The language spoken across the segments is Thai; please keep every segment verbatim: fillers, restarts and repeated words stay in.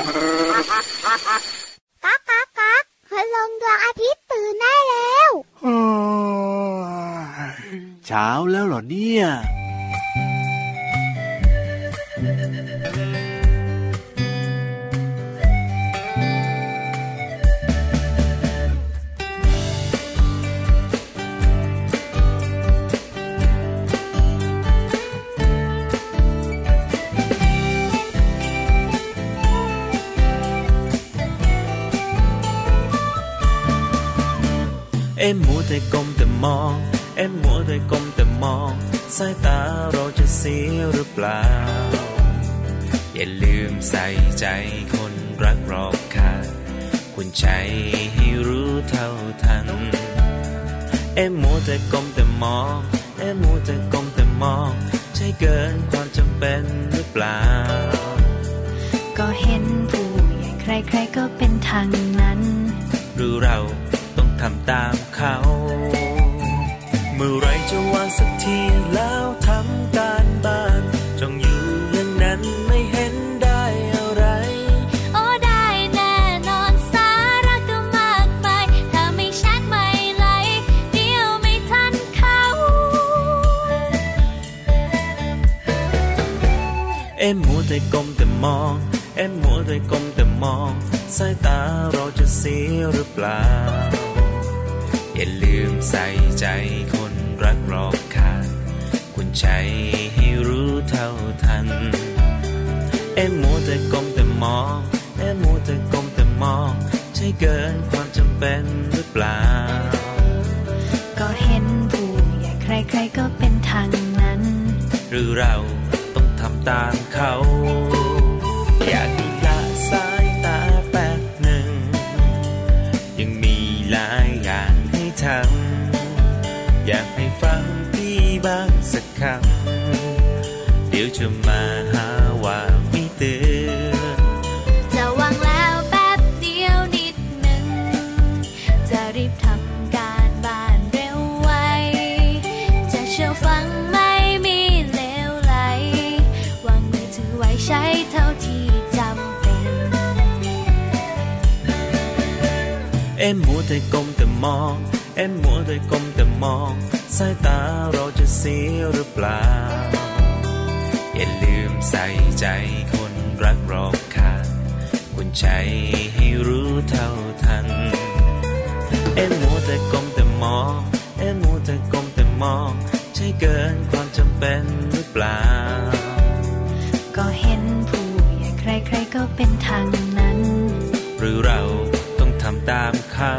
ก๊ากก๊ากก๊ากคืนลงดวงอาทิตย์ตื่นได้แล้วเช้าแล้วเหรอเนี่ยเอ็มมัวแต่ก้มแต่มองเอ็มมัวแต่ก้มแต่มองสายตาเราจะเสียหรือเปล่าอย่าลืมใส่ใจคนรักรอบข้างคุณใจให้รู้เท่าทันเอ็มมัวแต่ก้มแต่มองเอ็มมัวแต่ก้มแต่มองใช่เกินความจำเป็นหรือเปล่าก็เห็นผู้ใหญ่ใครๆก็เป็นทางนั้นหรือเราทำตามเขาเมื่อไรจะวางสักทีแล้วทำการบ้านจ้องอยู่อย่างนั้นไม่เห็นได้อะไรโอ้ได้แน่นอนสาระก็มากมายถ้าไม่แชทไม่ไลค์เดี๋ยวไม่ทันเขาเอ็มมัวแต่ก้มแต่มองเอ็มมัวแต่ก้มแต่มองสายตาเราจะเสียหรือเปล่าอย่าลืมใส่ใจคนรักรอบข้างคุณใจให้รู้เท่าทันเอ็มมัวแต่ก้มแต่มองเอ็มมัวแต่ก้มแต่มองใช่เกินความจำเป็นหรือเปล่าก็เห็นผู้ใหญ่ใครๆก็เป็นทางนั้นหรือเราต้องทำตามเขาอยากให้ละสายตาแป๊บหนึ่งยังมีหลายอย่างอยากให้ฟังพี่บ้างสักคำเดี๋ยวจะมาหาว่าไม่เตือนจะวางแล้วแป๊บเดียวนิดหนึ่งจะรีบทำการบ้านเร็วไวจะเชื่อฟังไม่มีเลวไหลวางมือถือไว้ใช้เท่าที่จำเป็นเอ็มมัวแต่ก้มแต่มองเอ็มมัวแต่ก้มแต่มองสายตาเราจะเสียหรือเปล่าอย่าลืมใส่ใจคนรักรอบข้างคุณใจให้รู้เท่าทันเอ็มมัวแต่ก้มแต่มองเอ็มมัวแต่ก้มแต่มองใช่เกินความจำเป็นหรือเปล่าก็เห็นผู้ใหญ่ใครๆก็เป็นทางนั้นหรือเราต้องทำตามเขา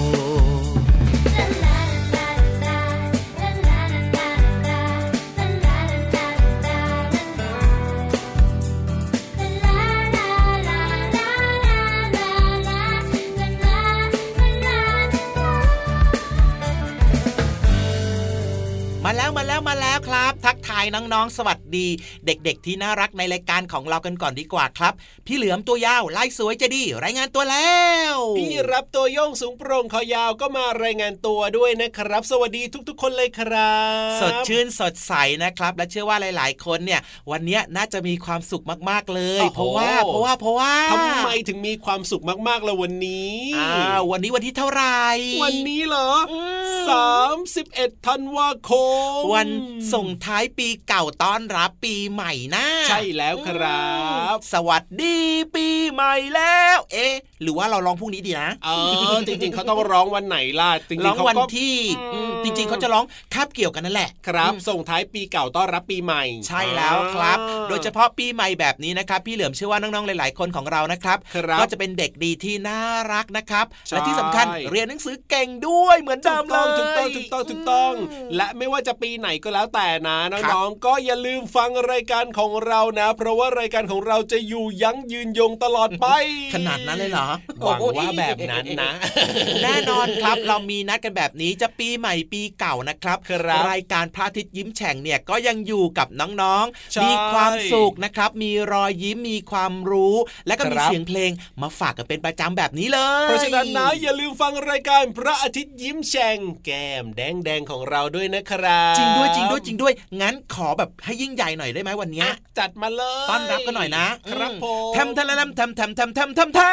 มาแล้วมาแล้วมาแล้วครับทักทายน้องๆสวัสดีเด็กๆที่น่ารักในรายการของเรากันก่อนดีกว่าครับพี่เหลือมตัวยาวลายสวยจะดีรายงานตัวแล้วพี่รับตัวโยงสูงโปร่งคอยาวก็มารายงานตัวด้วยนะครับสวัสดีทุกๆคนเลยครับสดชื่นสดใสนะครับและเชื่อว่าหลายๆคนเนี่ยวันนี้น่าจะมีความสุขมากๆเลยเพราะว่าเพราะว่าเพราะว่าทำไมถึงมีความสุขมากๆเลยวันนี้อ่าวันนี้วันที่เท่าไหร่วันนี้เหรอสามสิบเอ็ดธันวาคมวันส่งท้ายปีเก่าต้อนรับปีใหม่นะใช่แล้วครับสวัสดีปีใหม่แล้วเอ๊ะหรือว่าเราร้องพรุ่งนี้ดีนะเออจริงๆเขาต้องร้องวันไหนล่ะจริงๆเขาวันที่จริงๆเขาจะร้องคาบเกี่ยวกันนั่นแหละครับส่งท้ายปีเก่าต้อนรับปีใหม่ใช่แล้วครับโดยเฉพาะปีใหม่แบบนี้นะครับพี่เหลือมเชื่อว่าน้องๆหลายๆคนของเรานะครับก็จะเป็นเด็กดีที่น่ารักนะครับและที่สำคัญเรียนหนังสือเก่งด้วยเหมือนเดิมเลยถูกต้องถูกต้องถูกต้องและไม่ว่าจะปีไหนก็แล้วแต่นะน้องๆก็อย่าลืมฟังรายการของเรานะเพราะว่ารายการของเราจะอยู่ยั้งยืนยงตลอดไปขนาดนั้นเลยเหรอหวังว่าแบบนั้นนะแน่นอนครับเรามีนัดกันแบบนี้จะปีใหม่ปีเก่านะครับรายการพระอาทิตย์ยิ้มแฉ่งเนี่ยก็ยังอยู่กับน้องๆมีความสุขนะครับมีรอยยิ้มมีความรู้และก็มีเสียงเพลงมาฝากกันเป็นประจำแบบนี้เลยเพราะฉะนั้นนะอย่าลืมฟังรายการพระอาทิตย์ยิ้มแฉ่งแก้มแดงๆของเราด้วยนะครับจริงด้วยจริงด้วยจริงด้วยงั้นขอแบบให้ยิ่งใหญ่หน่อยได้ไหมวันนี้จัดมาเลยต้อนรับกันหน่อยนะครับผมทำทำทำทำทำทำทำทำทำ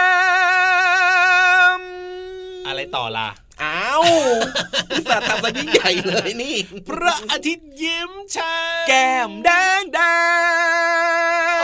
อะไรต่อล่ะอ้าวจะทำซะยิ่งใหญ่เลยนี่พระอาทิตย์ยิ้มแฉ่งแก้มแดงแดง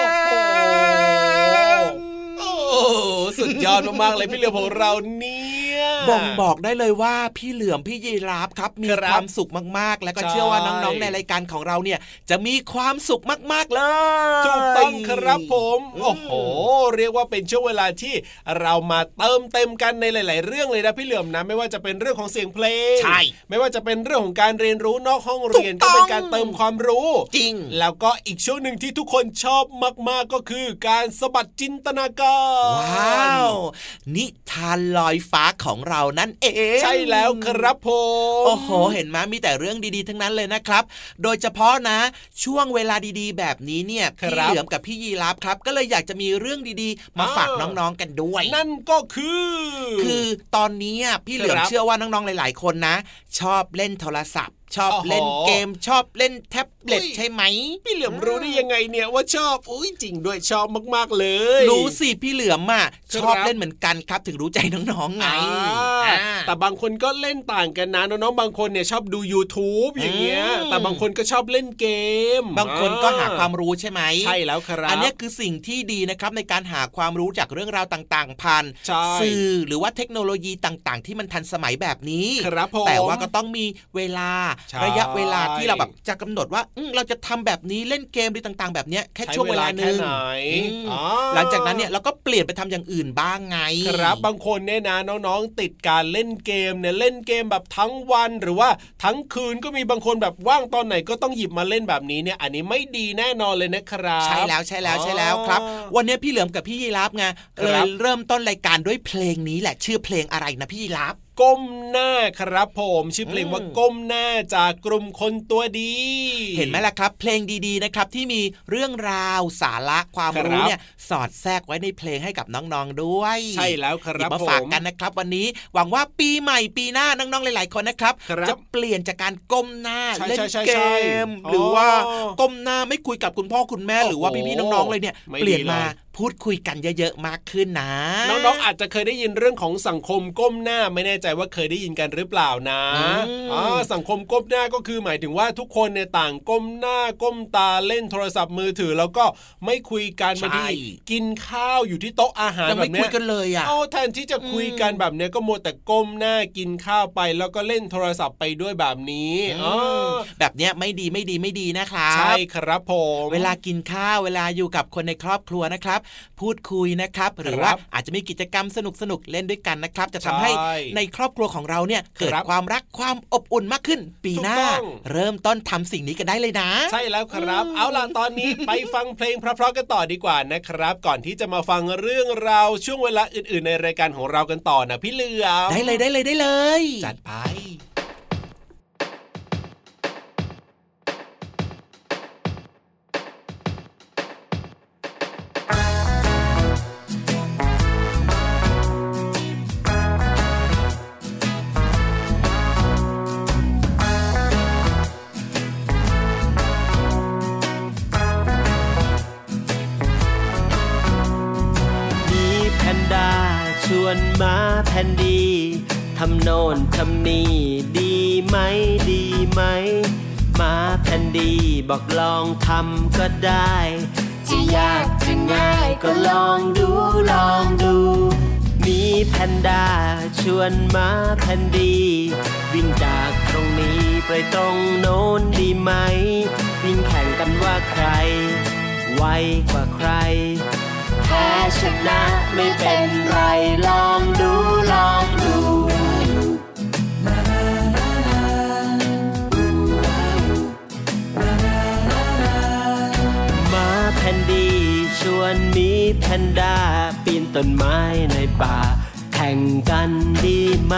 โอ้โหสุดยอดมากๆเลยพี่เหลือมของเราเนี่ยบ่งบอกได้เลยว่าพี่เหลือมพี่ยีราฟครับมีความสุขมากๆแล้วก็เชื่อว่าน้องๆในรายการของเราเนี่ยจะมีความสุขมากๆเลยถูกต้องครับผมโอ้โหเรียกว่าเป็นช่วงเวลาที่เรามาเติมเต็มกันในหลายๆเรื่องเลยนะพี่เหลือมนะไม่ว่าจะเป็นเรื่องของเสียงเพลงใช่ไม่ว่าจะเป็นเรื่องของการเรียนรู้นอกห้องเรียนก็เป็นการเติมความรู้จริงแล้วก็อีกช่วงหนึ่งที่ทุกคนชอบมากๆก็คือการสะบัดจินตนาการว้าวนิทานลอยฟ้าของเรานั่นเองใช่แล้วครับผมโอ้โหเห็นไหมมีแต่เรื่องดีๆทั้งนั้นเลยนะครับโดยเฉพาะนะช่วงเวลาดีๆแบบนี้เนี่ยพี่เหลือมกับพี่ยีราฟครับก็เลยอยากจะมีเรื่องดีๆมาฝากน้องๆกันด้วยนั่นก็คือคือตอนนี้พี่เหลือมเชื่อว่าน้องๆหลายๆคนนะชอบเล่นโทรศัพท์ชอบเล่นเกมชอบเล่นแท็บเล็ตใช่ไหมพี่เหลือมรู้ได้ยังไงเนี่ยว่าชอบอุ้ยจริงด้วยชอบมากๆเลยรู้สิพี่เหลือมอ่ะชอบเล่นเหมือนกันครับถึงรู้ใจน้องๆไงแต่บางคนก็เล่นต่างกันนะน้องๆบางคนเนี่ยชอบดู YouTube อย่างเงี้ยแต่บางคนก็ชอบเล่นเกมบางคนก็หาความรู้ใช่ไหมใช่แล้วครับอันนี้คือสิ่งที่ดีนะครับในการหาความรู้จากเรื่องราวต่างๆผ่านสื่อหรือว่าเทคโนโลยีต่างๆที่มันทันสมัยแบบนี้แต่ว่าก็ต้องมีเวลาระยะเวลาที่เราแบบจะกำหนดว่าเราจะทำแบบนี้เล่นเกมอะไรต่างๆแบบนี้แค่ช่วงเวลานึงหลังจากนั้นเนี่ยเราก็เปลี่ยนไปทำอย่างอื่นบ้างไงครับบางคนเนี่ยนะน้องๆติดการเล่นเกมเนี่ยเล่นเกมแบบทั้งวันหรือว่าทั้งคืนก็มีบางคนแบบว่างตอนไหนก็ต้องหยิบมาเล่นแบบนี้เนี่ยอันนี้ไม่ดีแน่นอนเลยนะครับใช่แล้วใช่แล้วใช่แล้วครับวันนี้พี่เหลือมกับพี่ยีราฟไงเลยเริ่มต้นรายการด้วยเพลงนี้แหละชื่อเพลงอะไรนะพี่ยีราฟก้มหน้าครับผมชื่อเพลงว่าก้มหน้าจากกลุ่มคนตัวดีเห็นไหมล่ะครับเพลงดีๆนะครับที่มีเรื่องราวสาระความรู้เนี่ยสอดแทรกไว้ในเพลงให้กับน้องๆด้วยใช่แล้วครับมาฝากกันนะครับวันนี้หวังว่าปีใหม่ปีหน้าน้องๆหลายๆคนนะครับจะเปลี่ยนจากการก้มหน้าเล่นเกมหรือว่าก้มหน้าไม่คุยกับคุณพ่อคุณแม่หรือว่าพี่ๆน้องๆเลยเนี่ยเปลี่ยนมาพูดคุยกันเยอะๆมากขึ้นนะน้องๆอาจจะเคยได้ยินเรื่องของสังคมก้มหน้าไม่แน่ใจว่าเคยได้ยินกันหรือเปล่านะอ๋อสังคมก้มหน้าก็คือหมายถึงว่าทุกคนเนี่ยต่างก้มหน้าก้มตาเล่นโทรศัพท์มือถือแล้วก็ไม่คุยกันบางทีกินข้าวอยู่ที่โต๊ะอาหารแบบนี้ไม่คุยกันเลยอ่ะเอาแทนที่จะคุยกันแบบนี้ก็มัวแต่ก้มหน้ากินข้าวไปแล้วก็เล่นโทรศัพท์ไปด้วยแบบนี้อ๋อแบบเนี้ยไม่ดีไม่ดีไม่ดีนะครับใช่ครับผมเวลากินข้าวเวลาอยู่กับคนในครอบครัวนะครับพูดคุยนะครับหรือว่าอาจจะมีกิจกรรมสนุกๆเล่นด้วยกันนะครับจะทำให้ในครอบครัวของเราเนี่ยเกิดความรักความอบอุ่นมากขึ้นปีหน้าเริ่มต้นทำสิ่งนี้กันได้เลยนะใช่แล้วครับเอาล่ะตอนนี้ไปฟังเพลงเพราะๆกันต่อดีกว่านะครับก่อนที่จะมาฟังเรื่องราวช่วงเวลาอื่นๆในรายการของเรากันต่อนะพี่เหลือมได้เลยได้เลยได้เลยจัดไปชวนมาแผ่นดีทำโน่นทำนี่ดีไหมดีไหมมาแผ่นดีบอกลองทำก็ได้จะยากจะง่ายก็ลองดูลองดูมีแพนด้าชวนมาแผ่นดีวิ่งจากตรงนี้ไปตรงโน้นดีไหมวิ่งแข่งกันว่าใครไวกว่าใครแพ้ชนะไม่เป็นไรลองดูลองดูมาแผ่นดีชวนมีแพนด้าปีนต้นไม้ในป่าแข่งกันดีไหม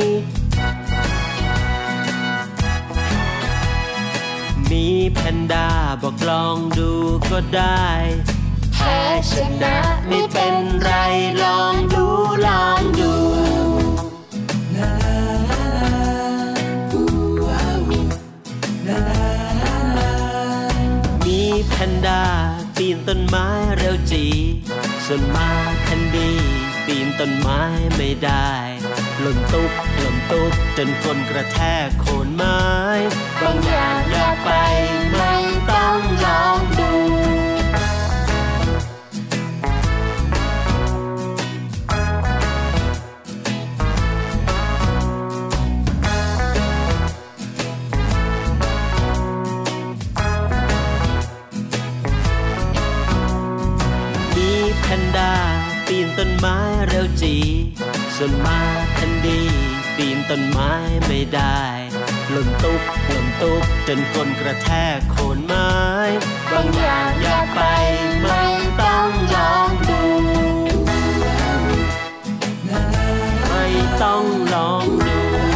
มีแพนด้าบอกลองดูก็ได้แพ้ชนะไม่เป็นไรลองดูลองดูส่วนม้าแคนดี้ปีนต้นไม้ไม่ได้หล่นตุ๊บหล่นตุ๊บจนก้นกระแทกโคนไม้บางอย่างอยากไปไม่ต้องลองดูแพนด้าปีนต้นไม้เร็วจีส่วนม้าแคนดี้ปีนต้นไม้ไม่ได้หล่นตุ๊บหล่นตุ๊บจนก้นกระแทกโคนไม้บางอย่างอยากไปไม่ต้องลองดูไม่ต้องลองดู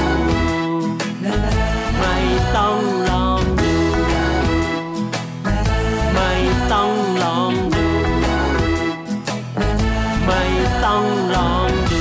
ไม่ต้องลองดูไม่ต้องลองดูไม่ต้องลองดู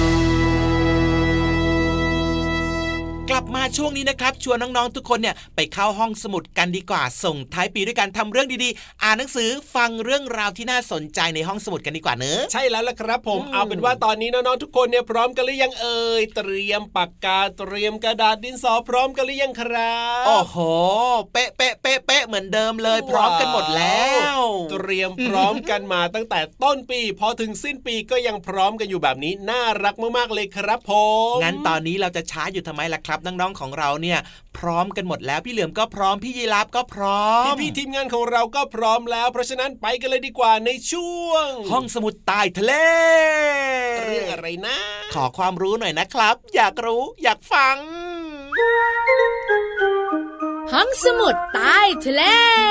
กลับมาช่วงนี้นะครับชวนน้องๆทุกคนเนี่ยไปเข้าห้องสมุดกันดีกว่าส่งท้ายปีด้วยการทำเรื่องดีๆอ่านหนังสือฟังเรื่องราวที่น่าสนใจในห้องสมุดกันดีกว่าเนอะใช่แล้วล่ะครับผมเอาเป็นว่าตอนนี้น้องๆทุกคนเนี่ยพร้อมกันหรือยังเอ่ยเตรียมปากกาเตรียมกระดาษดินสอพร้อมกันหรือยังครับโอ้โหเป๊ะเป๊ะเป๊ะเป๊ะเหมือนเดิมเลยพร้อมกันหมดแล้วเตรียมพร้อมกันมาตั้งแต่ต้นปีพอถึงสิ้นปีก็ยังพร้อมกันอยู่แบบนี้น่ารักมากๆเลยครับผมงั้นตอนนี้เราจะช้าอยู่ทำไมล่ะครับน้องๆของเราเนี่ยพร้อมกันหมดแล้วพี่เหลือมก็พร้อมพี่ยีราฟก็พร้อมพี่ๆทีมงานของเราก็พร้อมแล้วเพราะฉะนั้นไปกันเลยดีกว่าในช่วงห้องสมุดใต้ทะเลเรื่องอะไรนะขอความรู้หน่อยนะครับอยากรู้อยากฟังห้องสมุดใต้ทะเล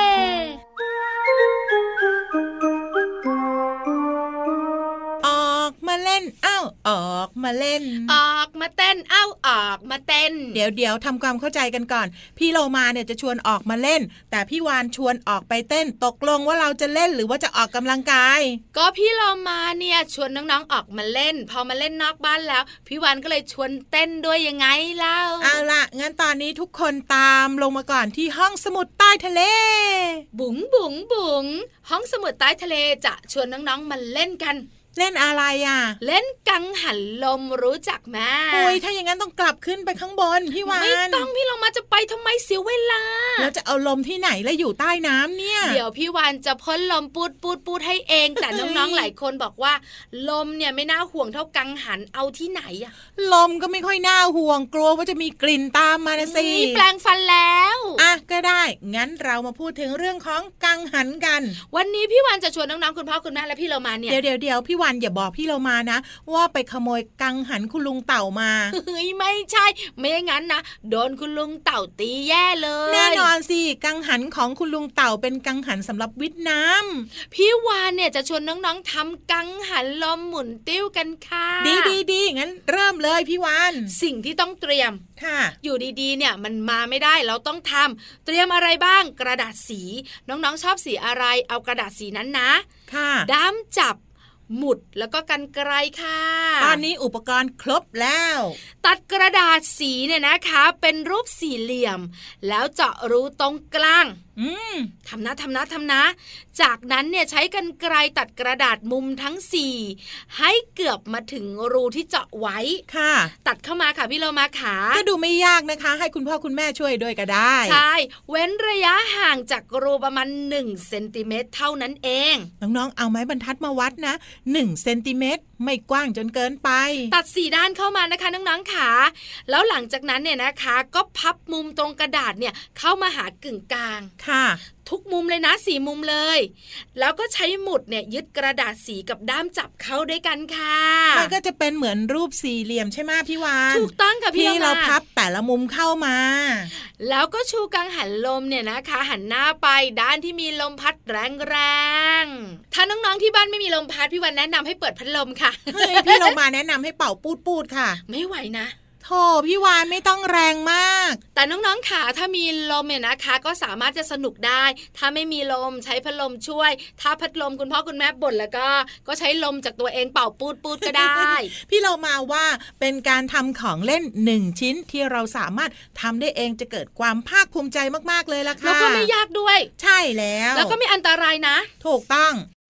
ออกมาเล่นอ้าวออกมาเล่นออกมาเต้นอ้าวออกมาเต้นเดี๋ยวเดี๋ยวทำความเข้าใจกันก่อนพี่โลมาเนี่ยจะชวนออกมาเล่นแต่พี่วานชวนออกไปเต้นตกลงว่าเราจะเล่นหรือว่าจะออกกำลังกายก็พี่โลมาเนี่ยชวนน้องๆออกมาเล่นพอมาเล่นนอกบ้านแล้วพี่วานก็เลยชวนเต้นด้วยยังไงเล่าเอาล่ะงั้นตอนนี้ทุกคนตามลงมาก่อนที่ห้องสมุดใต้ทะเลบุ๋งบุ๋งบุ๋งห้องสมุดใต้ทะเลจะชวนน้องๆมาเล่นกันเล่นอะไรอ่ะเล่นกังหันลมรู้จักไหมโอ้ยถ้าอย่างนั้นต้องกลับขึ้นไปข้างบนพี่วานไม่ต้องพี่ลงมาจะไปทำไมเสียเวลาแล้วจะเอาลมที่ไหนแล้วอยู่ใต้น้ำเนี่ยเดี๋ยวพี่วานจะพ่นลมปูดปูดปูดให้เองแต่น้องๆหลายคนบอกว่าลมเนี่ยไม่น่าห่วงเท่ากังหันเอาที่ไหนอะลมก็ไม่ค่อยน่าห่วงกลัวว่าจะมีกลิ่นตามมานะสิแปลงฟันแล้วอ่ะก็ได้งั้นเรามาพูดถึงเรื่องของกังหันกันวันนี้พี่วานจะชวนน้องๆคุณพ่อคุณแม่และพี่เรามาเนี่ยเดี๋ยวเดี๋ยวเดี๋ยวพี่วานอย่าบอกพี่เรามานะว่าไปขโมยกังหันคุณลุงเต่ามาเฮ้ยไม่ใช่ไม่งั้นนะโดนคุณลุงเต่าตีแย่เลยแน่นอนสิกังหันของคุณลุงเต่าเป็นกังหันสำหรับวิทย์น้ำพี่วานเนี่ยจะชวนน้องๆทำกังหันลมหมุนติ้วกันค่ะดีดีดีงั้นเริ่มเลยพี่วานสิ่งที่ต้องเตรียมค่ะอยู่ดีๆเนี่ยมันมาไม่ได้เราต้องทำเตรียมอะไรบ้างกระดาษสีน้องๆชอบสีอะไรเอากระดาษสีนั้นนะค่ะด้ามจับหมุดแล้วก็กรรไกรค่ะตอนนี้อุปกรณ์ครบแล้วตัดกระดาษสีเนี่ยนะคะเป็นรูปสี่เหลี่ยมแล้วเจาะรูตรงกลางอืมทำนะทำนะทำนะจากนั้นเนี่ยใช้กรรไกรตัดกระดาษมุมทั้งสี่ให้เกือบมาถึงรูที่เจาะไว้ค่ะตัดเข้ามาค่ะพี่โลมาขาก็ดูไม่ยากนะคะให้คุณพ่อคุณแม่ช่วยด้วยก็ได้ใช่เว้นระยะห่างจากรูประมาณหนึ่งเซนติเมตรเท่านั้นเองน้องๆเอาไม้บรรทัดมาวัดนะหนึ่งเซนติเมตรไม่กว้างจนเกินไปตัดสี่ด้านเข้ามานะคะน้องๆขาแล้วหลังจากนั้นเนี่ยนะคะก็พับมุมตรงกระดาษเนี่ยเข้ามาหากึ่งกลางค่ะทุกมุมเลยนะสี่มุมเลยแล้วก็ใช้หมุดเนี่ยยึดกระดาษสีกับด้ามจับเข้าด้วยกันค่ะมันก็จะเป็นเหมือนรูปสี่เหลี่ยมใช่ไหมพี่วานถูกต้องค่ะพี่เราพับแต่ละมุมเข้ามาแล้วก็ชูกังหันลมเนี่ยนะคะหันหน้าไปด้านที่มีลมพัดแรงๆถ้าน้องๆที่บ้านไม่มีลมพัดพี่วานแนะนำให้เปิดพัดลมค่ะเฮ้ยพี่ลมมาแนะนำให้เป่าปูดๆค่ะไม่ไหวนะโธ่พี่วานไม่ต้องแรงมากแต่น้องๆค่ะถ้ามีลมเนี่ยนะคะก็สามารถจะสนุกได้ถ้าไม่มีลมใช้พัดลมช่วยถ้าพัดลมคุณพ่อคุณแม่บ่นแล้วก็ก็ใช้ลมจากตัวเองเป่าปูดปูดก็ได้พี่เรามาว่าเป็นการทำของเล่นหนึ่งชิ้นที่เราสามารถทำได้เองจะเกิดความภาคภูมิใจมากๆเลยล่ะค่ะแล้วก็ไม่ยากด้วยใช่แล้วแล้วก็ไม่อันตรายนะถูกต้อง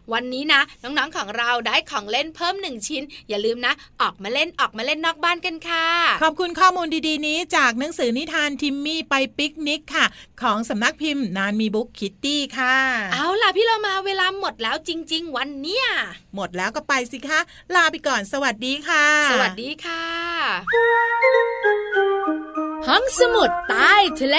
วันนี้นะน้องๆของเราได้ของเล่นเพิ่มหนึ่งชิ้นอย่าลืมนะออกมาเล่นออกมาเล่นนอกบ้านกันค่ะขอบคุณข้อมูลดีๆนี้จากหนังสือนิทานทิมมี่ไปปิกนิกค่ะของสำนักพิมพ์นานมีบุ๊กคิตตี้ค่ะเอาล่ะพี่เรามาเวลาหมดแล้วจริงๆวันเนี้ยหมดแล้วก็ไปสิคะลาไปก่อนสวัสดีค่ะสวัสดีค่ะห้องสมุดใต้ทะเล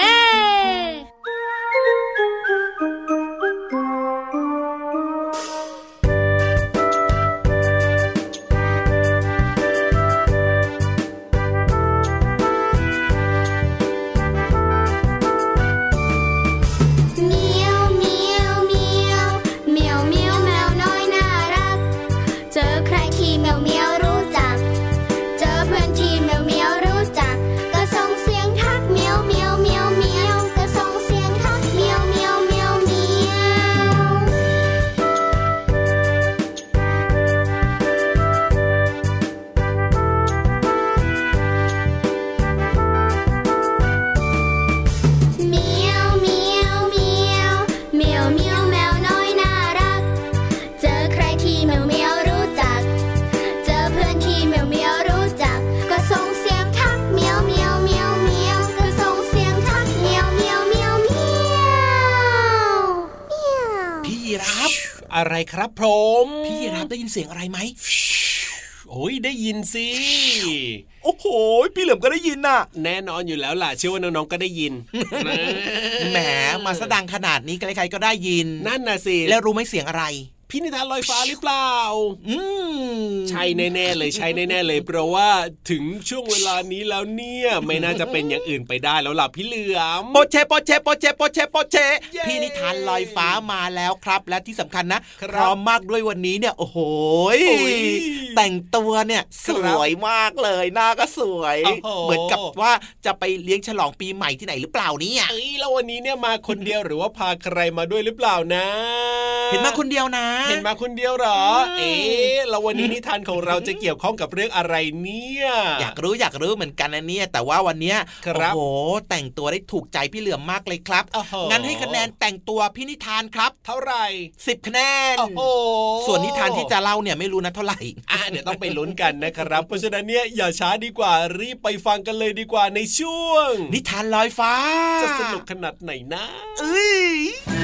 อะไรครับผมพี่รับได้ยินเสียงอะไรไหมโอ้ยได้ยินสิโอ้โหพี่เหลิมก็ได้ยินน่ะแน่นอนอยู่แล้วล่ะเชื่อว่าน้องๆก็ได้ยินแหมมาแสดงขนาดนี้ใครๆก็ได้ยินนั่นน่ะสิแล้วรู้ไหมเสียงอะไรพี่นิทานลอยฟ้าหรือเปล่าอืมใช่แน่ๆเลยใช่แน่ๆเลยเพราะว่าถึงช่วงเวลานี้แล้วเนี่ยไม่น่าจะเป็นอย่างอื่นไปได้แล้วล่ะพี่เหลือมโปเชโปเชโปเชโปเชโปเชพี่นิทานลอยฟ้ามาแล้วครับและที่สำคัญนะพร้อมมากด้วยวันนี้เนี่ยโอ้โหแต่งตัวเนี่ยสวยมากเลยหน้าก็สวยเหมือนกับว่าจะไปเลี้ยงฉลองปีใหม่ที่ไหนหรือเปล่าเนี่ยเอ้ยแล้ววันนี้เนี่ยมาคนเดียวหรือว่าพาใครมาด้วยหรือเปล่านะเห็นมาคนเดียวนะเห็นมาคนเดียวเหรอเอ๊ะแล้ววันนี้นิทานของเราจะเกี่ยวข้องกับเรื่องอะไรเนี่ยอยากรู้อยากรู้เหมือนกันนะเนี่ยแต่ว่าวันนี้โอ้โหแต่งตัวได้ถูกใจพี่เหลือมมากเลยครับงั้นให้คะแนนแต่งตัวพี่นิทานครับเท่าไหร่สิบคะแนนส่วนนิทานที่จะเล่าเนี่ยไม่รู้นะเท่าไหร่อ่ะเดี๋ยวต้องไปลุ้นกันนะครับเพราะฉะนั้นเนี่ยอย่าช้าดีกว่ารีบไปฟังกันเลยดีกว่าในช่วงนิทานลอยฟ้าจะสนุกขนาดไหนนะเอ้ย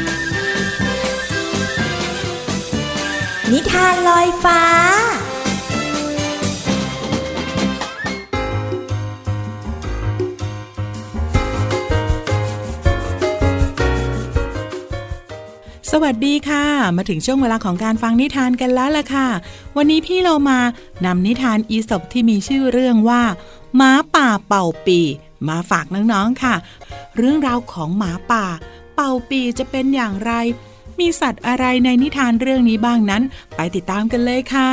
นิทานลอยฟ้าสวัสดีค่ะมาถึงช่วงเวลาของการฟังนิทานกันแล้วล่ะค่ะวันนี้พี่เรามานำนิทานอีสปที่มีชื่อเรื่องว่าหมาป่าเป่าปีมาฝากน้องๆค่ะเรื่องราวของหมาป่าเป่าปีจะเป็นอย่างไรมีสัตว์อะไรในนิทานเรื่องนี้บ้างนั้นไปติดตามกันเลยค่ะ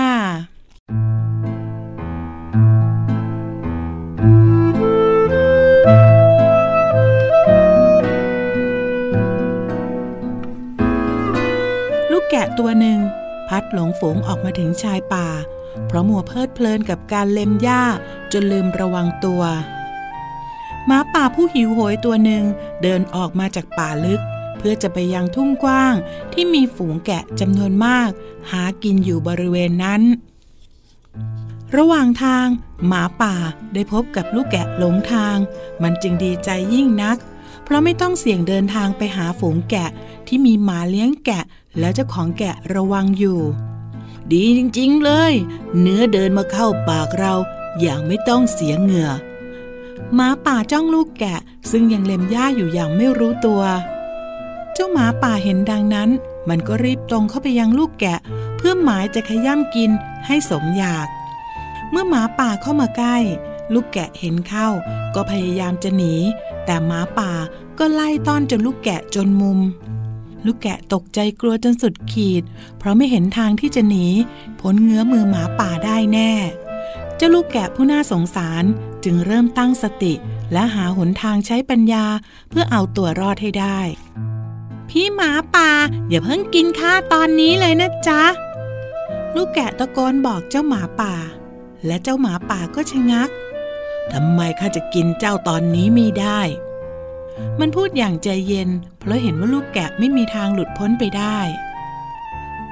ลูกแกะตัวหนึ่งพัดหลงฝูงออกมาถึงชายป่าเพราะมัวเพลิดเพลินกับการเล็มหญ้าจนลืมระวังตัวหมาป่าผู้หิวโหยตัวหนึ่งเดินออกมาจากป่าลึกเพื่อจะไปยังทุ่งกว้างที่มีฝูงแกะจำนวนมากหากินอยู่บริเวณนั้นระหว่างทางหมาป่าได้พบกับลูกแกะหลงทางมันจึงดีใจยิ่งนักเพราะไม่ต้องเสี่ยงเดินทางไปหาฝูงแกะที่มีหมาเลี้ยงแกะแล้วเจ้าของแกะระวังอยู่ดีจริงๆเลยเนื้อเดินมาเข้าปากเราอย่างไม่ต้องเสียเหงื่อหมาป่าจ้องลูกแกะซึ่งยังเล็มหญ้าอยู่อย่างไม่รู้ตัวเจ้าหมาป่าเห็นดังนั้นมันก็รีบตรงเข้าไปยังลูกแกะเพื่อหมายจะขย้ำกินให้สมอยากเมื่อหมาป่าเข้ามาใกล้ลูกแกะเห็นเข้าก็พยายามจะหนีแต่หมาป่าก็ไล่ต้อนจนลูกแกะจนมุมลูกแกะตกใจกลัวจนสุดขีดเพราะไม่เห็นทางที่จะหนีพ้นเงื้อมือหมาป่าได้แน่เจ้าลูกแกะผู้น่าสงสารจึงเริ่มตั้งสติและหาหนทางใช้ปัญญาเพื่อเอาตัวรอดให้ได้พี่หมาป่าอย่าเพิ่งกินข้าตอนนี้เลยนะจ๊ะลูกแกะตะโกนบอกเจ้าหมาป่าและเจ้าหมาป่าก็ชะงักทำไมข้าจะกินเจ้าตอนนี้ไม่ได้มันพูดอย่างใจเย็นเพราะเห็นว่าลูกแกะไม่มีทางหลุดพ้นไปได้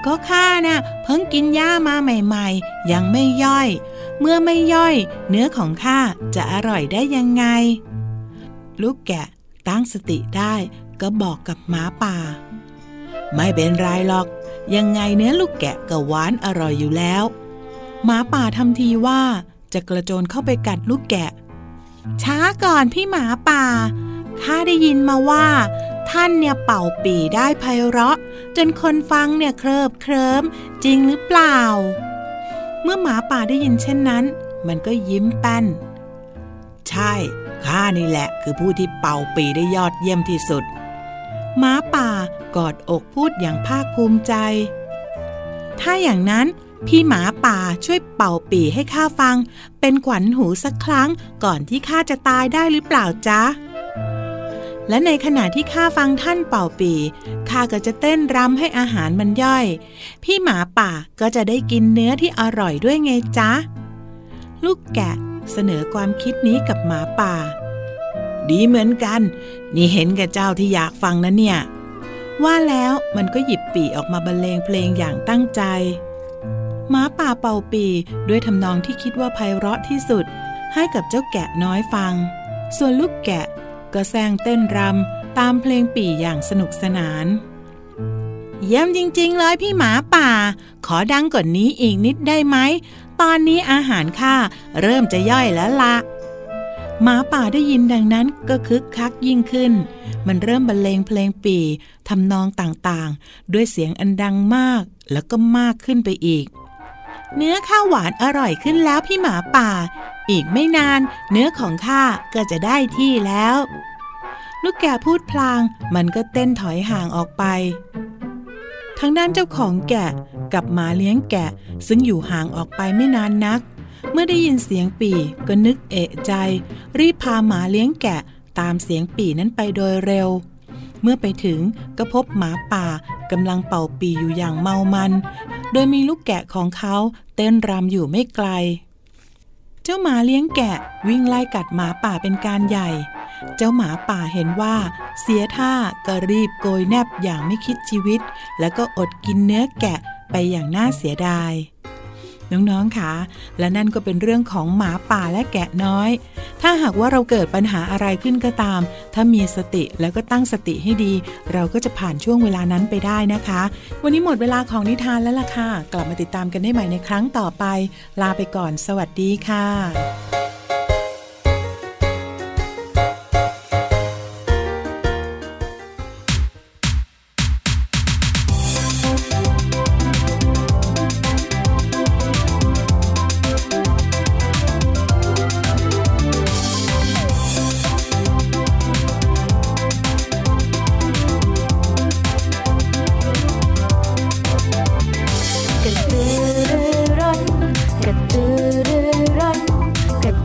ก็ข้าน่ะเพิ่งกินหญ้ามาใหม่ๆยังไม่ย่อยเมื่อไม่ย่อยเนื้อของข้าจะอร่อยได้ยังไงลูกแกะตั้งสติได้ก็บอกกับหมาป่าไม่เป็นไรหรอกยังไงเนื้อลูกแกะก็หวานอร่อยอยู่แล้วหมาป่าทำทีว่าจะกระโจนเข้าไปกัดลูกแกะช้าก่อนพี่หมาป่าข้าได้ยินมาว่าท่านเนี่ยเป่าปี่ได้ไพเราะจนคนฟังเนี่ยเคลิบเคลิ้มจริงหรือเปล่าเมื่อหมาป่าได้ยินเช่นนั้นมันก็ยิ้มแป้นใช่ข้านี่แหละคือผู้ที่เป่าปี่ได้ยอดเยี่ยมที่สุดหมาป่ากอดอกพูดอย่างภาคภูมิใจถ้าอย่างนั้นพี่หมาป่าช่วยเป่าปี่ให้ข้าฟังเป็นขวัญหูสักครั้งก่อนที่ข้าจะตายได้หรือเปล่าจ๊ะและในขณะที่ข้าฟังท่านเป่าปี่ข้าก็จะเต้นรำให้อาหารมันย่อยพี่หมาป่าก็จะได้กินเนื้อที่อร่อยด้วยไงจ๊ะลูกแกะเสนอความคิดนี้กับหมาป่าดีเหมือนกันนี่เห็นแก่เจ้าที่อยากฟังนะเนี่ยว่าแล้วมันก็หยิบปี่ออกมาบรรเลงเพลงอย่างตั้งใจหมาป่าเป่าปี่ด้วยทำนองที่คิดว่าไพเราะที่สุดให้กับเจ้าแกะน้อยฟังส่วนลูกแกะก็แซงเต้นรำตามเพลงปี่อย่างสนุกสนานเยี่ยมจริงๆเลยพี่หมาป่าขอดังกว่านี้อีกนิดได้ไหมตอนนี้อาหารข้าเริ่มจะย่อยแล้วละหมาป่าได้ยินดังนั้นก็คึกคักยิ่งขึ้นมันเริ่มบรรเลงเพลงปี่ทำนองต่างๆด้วยเสียงอันดังมากแล้วก็มากขึ้นไปอีกเนื้อข้าวหวานอร่อยขึ้นแล้วพี่หมาป่าอีกไม่นานเนื้อของข้าก็จะได้ที่แล้วลูกแกะพูดพลางมันก็เต้นถอยห่างออกไปทางด้านเจ้าของแกะกับหมาเลี้ยงแกะซึ่งอยู่ห่างออกไปไม่นานนักเมื่อได้ยินเสียงปี่ก็นึกเอะใจรีบพาหมาเลี้ยงแกะตามเสียงปี่นั้นไปโดยเร็วเมื่อไปถึงก็พบหมาป่ากำลังเป่าปี่อยู่อย่างเมามันโดยมีลูกแกะของเขาเต้นรำอยู่ไม่ไกลเจ้าหมาเลี้ยงแกะวิ่งไล่กัดหมาป่าเป็นการใหญ่เจ้าหมาป่าเห็นว่าเสียท่าก็รีบโกยแนบอย่างไม่คิดชีวิตแล้วก็อดกินเนื้อแกะไปอย่างน่าเสียดายน้องๆค่ะและนั่นก็เป็นเรื่องของหมาป่าและแกะน้อยถ้าหากว่าเราเกิดปัญหาอะไรขึ้นก็ตามถ้ามีสติแล้วก็ตั้งสติให้ดีเราก็จะผ่านช่วงเวลานั้นไปได้นะคะวันนี้หมดเวลาของนิทานแล้วล่ะค่ะกลับมาติดตามกันได้ใหม่ในครั้งต่อไปลาไปก่อนสวัสดีค่ะกระตือรือร้นกระตือรือร้นกระ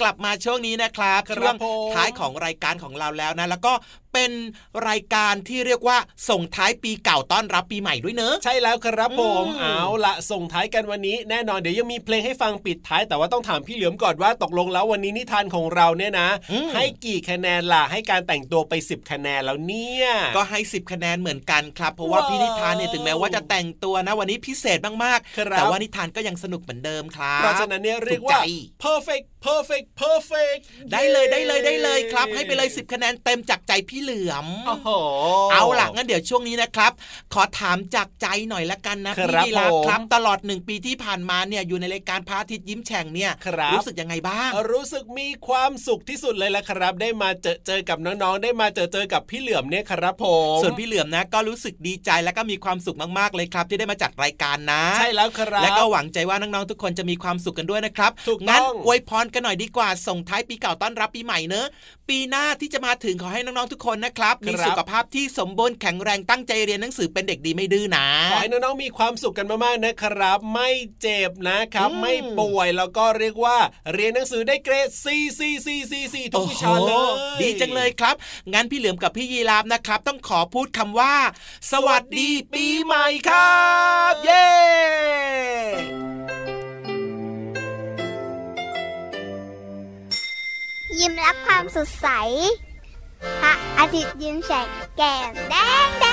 กลับมาช่วงนี้นะครับช่วงท้ายของรายการของเราแล้วนะแล้วก็เป็นรายการที่เรียกว่าส่งท้ายปีเก่าต้อนรับปีใหม่ด้วยเนอะใช่แล้วครับผมเอาละส่งท้ายกันวันนี้แน่นอนเดี๋ยวยังมีเพลงให้ฟังปิดท้ายแต่ว่าต้องถามพี่เหลือมก่อนว่าตกลงแล้ววันนี้นิทานของเราเนี่ยนะให้กี่คะแนนล่ะให้การแต่งตัวไปสิบคะแนนแล้วเนี่ยก็ให้สิบคะแนนเหมือนกันครับเพราะว่าพี่นิทานเนี่ยถึงแม้ว่าจะแต่งตัวนะวันนี้พิเศษมากๆแต่ว่านิทานก็ยังสนุกเหมือนเดิมครับเพราะฉะนั้นเนี่ยเรียกว่า perfect perfect perfect ได้เลยได้เลยได้เลยครับให้ไปเลยสิบคะแนนเต็มจากใจพี่เหลือมโอ้โหเอาล่ะงั้นเดี๋ยวช่วงนี้นะครับขอถามจากใจหน่อยละกันนะพี่ดีลาครับตลอดหนึ่งปีที่ผ่านมาเนี่ยอยู่ในรายการพระอาทิตย์ยิ้มแฉ่งเนี่ยรู้สึกยังไงบ้างรู้สึกมีความสุขที่สุดเลยละครับได้มาเจอเจอกับน้องๆได้มาเจอเจอกับพี่เหลือมเนี่ยครับผมส่วนพี่เหลือมนะก็รู้สึกดีใจและก็มีความสุขมากๆเลยครับที่ได้มาจัดรายการนะใช่แล้วครับและก็หวังใจว่าน้องๆทุกคนจะมีความสุขกันด้วยนะครับงั้นอวยพรกันหน่อยดีกว่าส่งท้ายปีเก่าต้อนรับปีใหม่เนอะปีหน้าที่จะมาถึงขอให้น้องๆทุกคนนะครับมีสุขภาพที่สมบูรณ์แข็งแรงตั้งใจเรียนหนังสือเป็นเด็กดีไม่ดื้อนะขอให้น้องๆมีความสุขกันมากๆนะครับไม่เจ็บนะครับไม่ป่วยแล้วก็เรียกว่าเรียนหนังสือได้เกรด ซี ซี ซี ซี ซี ทุกวิชาเลยดีจังเลยครับงั้นพี่เหลือมกับพี่ยีราฟนะครับต้องขอพูดคำว่าสวัสดีปีใหม่ครับเย้ยิ้มรับความสดใสพระอาทิตย์ยิ้มแฉกแก้มแดงแด